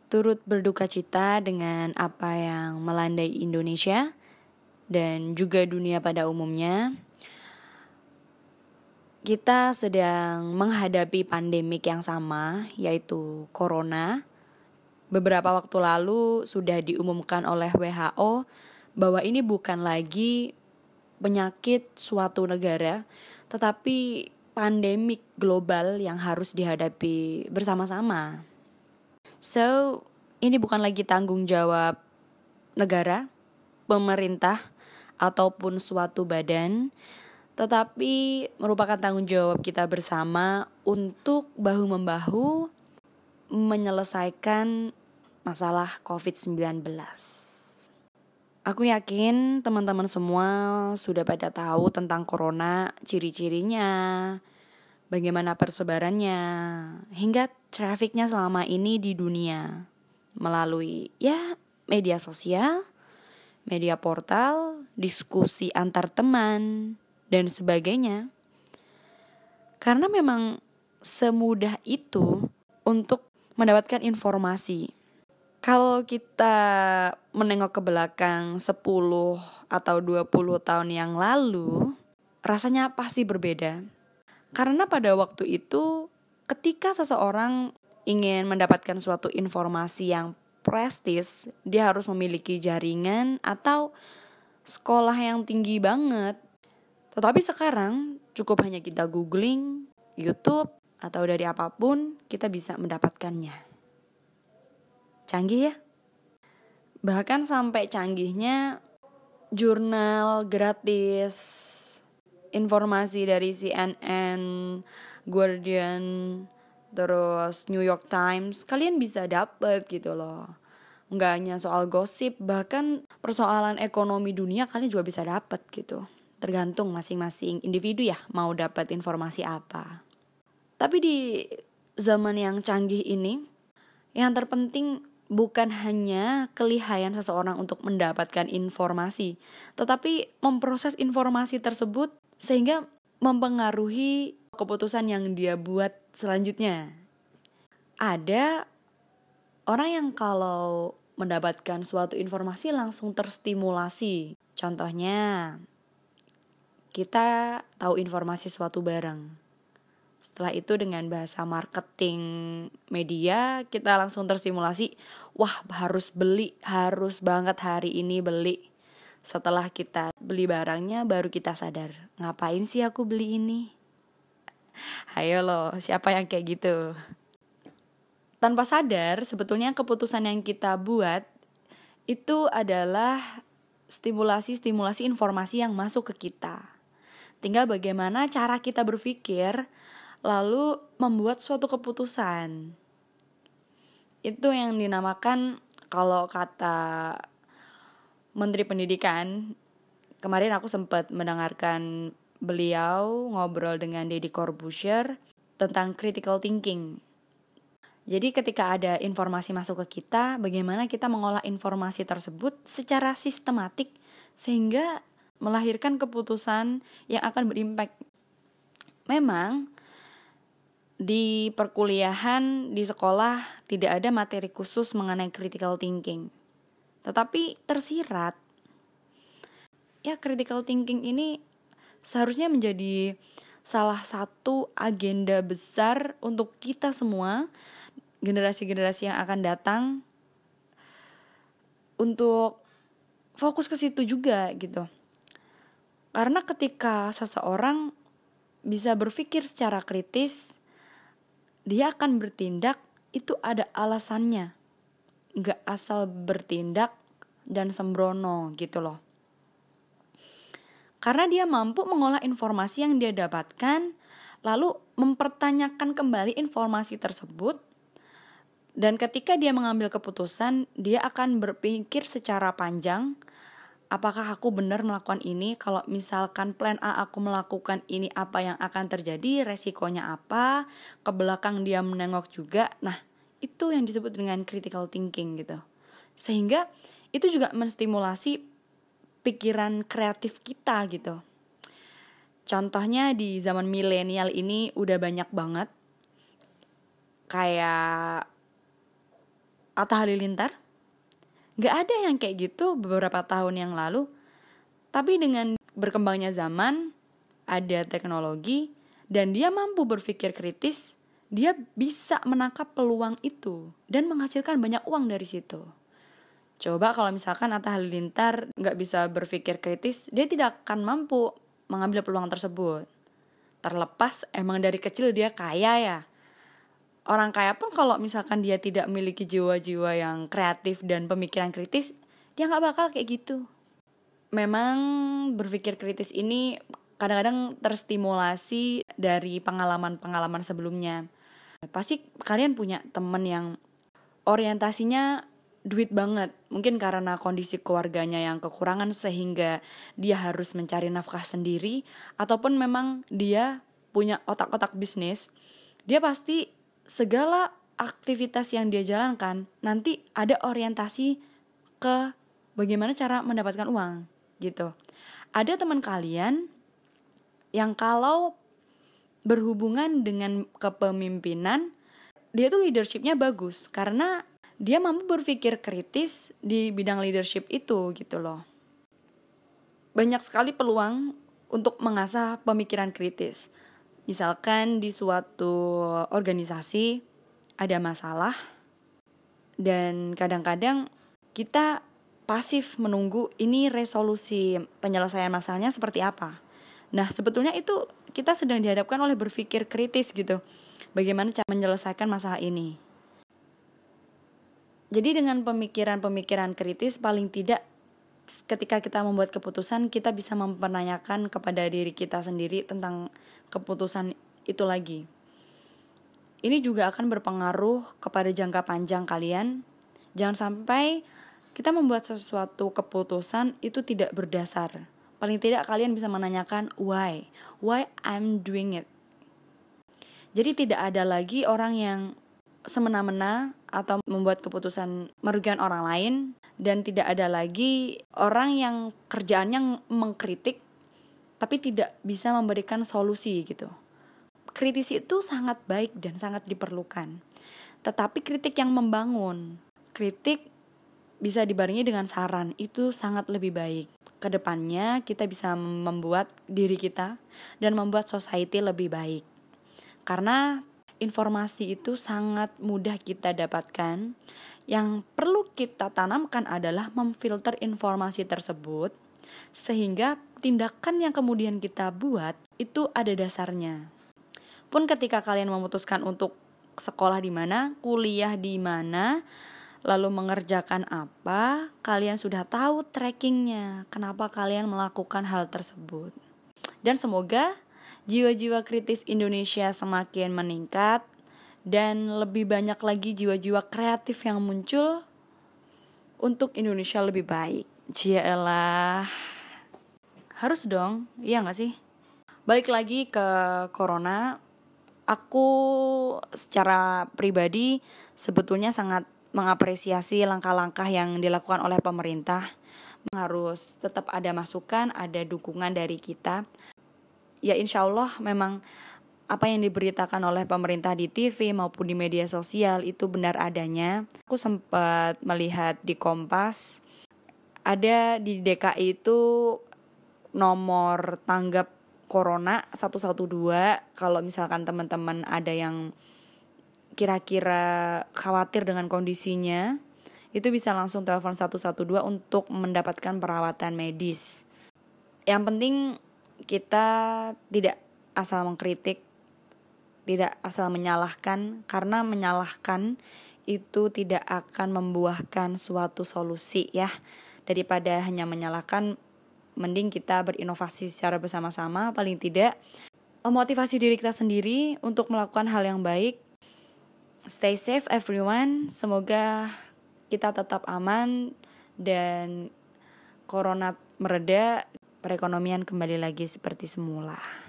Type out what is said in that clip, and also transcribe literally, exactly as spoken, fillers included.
turut berduka cita dengan apa yang melandai Indonesia dan juga dunia pada umumnya. Kita sedang menghadapi pandemik yang sama, yaitu corona. Beberapa waktu lalu sudah diumumkan oleh W H O bahwa ini bukan lagi penyakit suatu negara, tetapi pandemik global yang harus dihadapi bersama-sama. So, ini bukan lagi tanggung jawab negara, pemerintah, ataupun suatu badan, tetapi merupakan tanggung jawab kita bersama untuk bahu-membahu menyelesaikan masalah covid sembilan belas. Aku yakin teman-teman semua sudah pada tahu tentang corona, ciri-cirinya, bagaimana persebarannya, hingga trafiknya selama ini di dunia melalui ya media sosial, media portal, diskusi antar teman, dan sebagainya. Karena memang semudah itu untuk mendapatkan informasi. Kalau kita menengok ke belakang sepuluh atau dua puluh tahun yang lalu, rasanya pasti berbeda. Karena pada waktu itu, ketika seseorang ingin mendapatkan suatu informasi yang prestis, dia harus memiliki jaringan atau sekolah yang tinggi banget. Tetapi sekarang cukup hanya kita googling, YouTube, atau dari apapun kita bisa mendapatkannya. Canggih ya? Bahkan sampai canggihnya jurnal gratis, informasi dari C N N, Guardian, terus New York Times, kalian bisa dapet gitu loh. Nggak hanya soal gosip, bahkan persoalan ekonomi dunia kalian juga bisa dapet gitu. Tergantung masing-masing individu ya mau dapat informasi apa. Tapi di zaman yang canggih ini, yang terpenting bukan hanya kelihayan seseorang untuk mendapatkan informasi, tetapi memproses informasi tersebut sehingga mempengaruhi keputusan yang dia buat selanjutnya. Ada orang yang kalau mendapatkan suatu informasi langsung terstimulasi. Contohnya, kita tahu informasi suatu barang. Setelah itu dengan bahasa marketing media, kita langsung terstimulasi, wah harus beli, harus banget hari ini beli. Setelah kita beli barangnya, baru kita sadar, ngapain sih aku beli ini? Hayo loh, siapa yang kayak gitu? Tanpa sadar, sebetulnya keputusan yang kita buat itu adalah stimulasi-stimulasi informasi yang masuk ke kita. Tinggal bagaimana cara kita berpikir, lalu membuat suatu keputusan. Itu yang dinamakan, kalau kata Menteri Pendidikan, kemarin aku sempat mendengarkan beliau ngobrol dengan Deddy Corbuzier tentang critical thinking. Jadi ketika ada informasi masuk ke kita, bagaimana kita mengolah informasi tersebut secara sistematik sehingga melahirkan keputusan yang akan berimpact. Memang di perkuliahan, di sekolah tidak ada materi khusus mengenai critical thinking. Tetapi tersirat, ya critical thinking ini seharusnya menjadi salah satu agenda besar untuk kita semua, generasi-generasi yang akan datang, untuk fokus ke situ juga gitu. Karena ketika seseorang bisa berpikir secara kritis, dia akan bertindak, itu ada alasannya. Gak asal bertindak dan sembrono gitu loh. Karena dia mampu mengolah informasi yang dia dapatkan, lalu mempertanyakan kembali informasi tersebut. Dan ketika dia mengambil keputusan, dia akan berpikir secara panjang, apakah aku benar melakukan ini? Kalau misalkan plan A aku melakukan ini, apa yang akan terjadi? Resikonya apa? Ke belakang dia menengok juga. Nah, itu yang disebut dengan critical thinking gitu. Sehingga itu juga menstimulasi pikiran kreatif kita gitu. Contohnya di zaman milenial ini udah banyak banget kayak Atta Halilintar? Gak ada yang kayak gitu beberapa tahun yang lalu. Tapi dengan berkembangnya zaman, ada teknologi, dan dia mampu berpikir kritis, dia bisa menangkap peluang itu dan menghasilkan banyak uang dari situ. Coba kalau misalkan Atta Halilintar gak bisa berpikir kritis, dia tidak akan mampu mengambil peluang tersebut. Terlepas emang dari kecil dia kaya ya. Orang kaya pun kalau misalkan dia tidak memiliki jiwa-jiwa yang kreatif dan pemikiran kritis, dia gak bakal kayak gitu. Memang berpikir kritis ini kadang-kadang terstimulasi dari pengalaman-pengalaman sebelumnya. Pasti kalian punya temen yang orientasinya duit banget. Mungkin karena kondisi keluarganya yang kekurangan sehingga dia harus mencari nafkah sendiri. Ataupun memang dia punya otak-otak bisnis. Dia pasti segala aktivitas yang dia jalankan nanti ada orientasi ke bagaimana cara mendapatkan uang gitu. Ada teman kalian yang kalau berhubungan dengan kepemimpinan, dia tuh leadershipnya bagus karena dia mampu berpikir kritis di bidang leadership itu gitu loh. Banyak sekali peluang untuk mengasah pemikiran kritis. Misalkan di suatu organisasi ada masalah dan kadang-kadang kita pasif menunggu ini resolusi penyelesaian masalahnya seperti apa. Nah, sebetulnya itu kita sedang dihadapkan oleh berpikir kritis gitu. Bagaimana cara menyelesaikan masalah ini. Jadi dengan pemikiran-pemikiran kritis paling tidak ketika kita membuat keputusan kita bisa mempertanyakan kepada diri kita sendiri tentang keputusan itu lagi. Ini juga akan berpengaruh kepada jangka panjang kalian. Jangan sampai kita membuat sesuatu keputusan itu tidak berdasar. Paling tidak kalian bisa menanyakan why, why I'm doing it. Jadi tidak ada lagi orang yang semena-mena atau membuat keputusan merugikan orang lain, dan tidak ada lagi orang yang kerjaannya mengkritik tapi tidak bisa memberikan solusi gitu. Kritis itu sangat baik dan sangat diperlukan. Tetapi kritik yang membangun, kritik bisa dibarengi dengan saran, itu sangat lebih baik. Kedepannya kita bisa membuat diri kita dan membuat society lebih baik. Karena informasi itu sangat mudah kita dapatkan. Yang perlu kita tanamkan adalah memfilter informasi tersebut sehingga tindakan yang kemudian kita buat itu ada dasarnya. Pun ketika kalian memutuskan untuk sekolah di mana, kuliah di mana, lalu mengerjakan apa, kalian sudah tahu trackingnya, kenapa kalian melakukan hal tersebut. Dan semoga jiwa-jiwa kritis Indonesia semakin meningkat dan lebih banyak lagi jiwa-jiwa kreatif yang muncul untuk Indonesia lebih baik. Cialah, harus dong, iya gak sih? Balik lagi ke corona, aku secara pribadi sebetulnya sangat mengapresiasi langkah-langkah yang dilakukan oleh pemerintah. Harus tetap ada masukan, ada dukungan dari kita. Ya insya Allah memang apa yang diberitakan oleh pemerintah di T V maupun di media sosial itu benar adanya. Aku sempat melihat di Kompas, ada di D K I itu nomor tanggap corona satu satu dua. Kalau misalkan teman-teman ada yang kira-kira khawatir dengan kondisinya, itu bisa langsung telepon satu satu dua untuk mendapatkan perawatan medis. Yang penting kita tidak asal mengkritik, tidak asal menyalahkan, karena menyalahkan itu tidak akan membuahkan suatu solusi ya. Daripada hanya menyalahkan, mending kita berinovasi secara bersama-sama, paling tidak memotivasi diri kita sendiri untuk melakukan hal yang baik. Stay safe everyone, semoga kita tetap aman dan corona mereda, perekonomian kembali lagi seperti semula.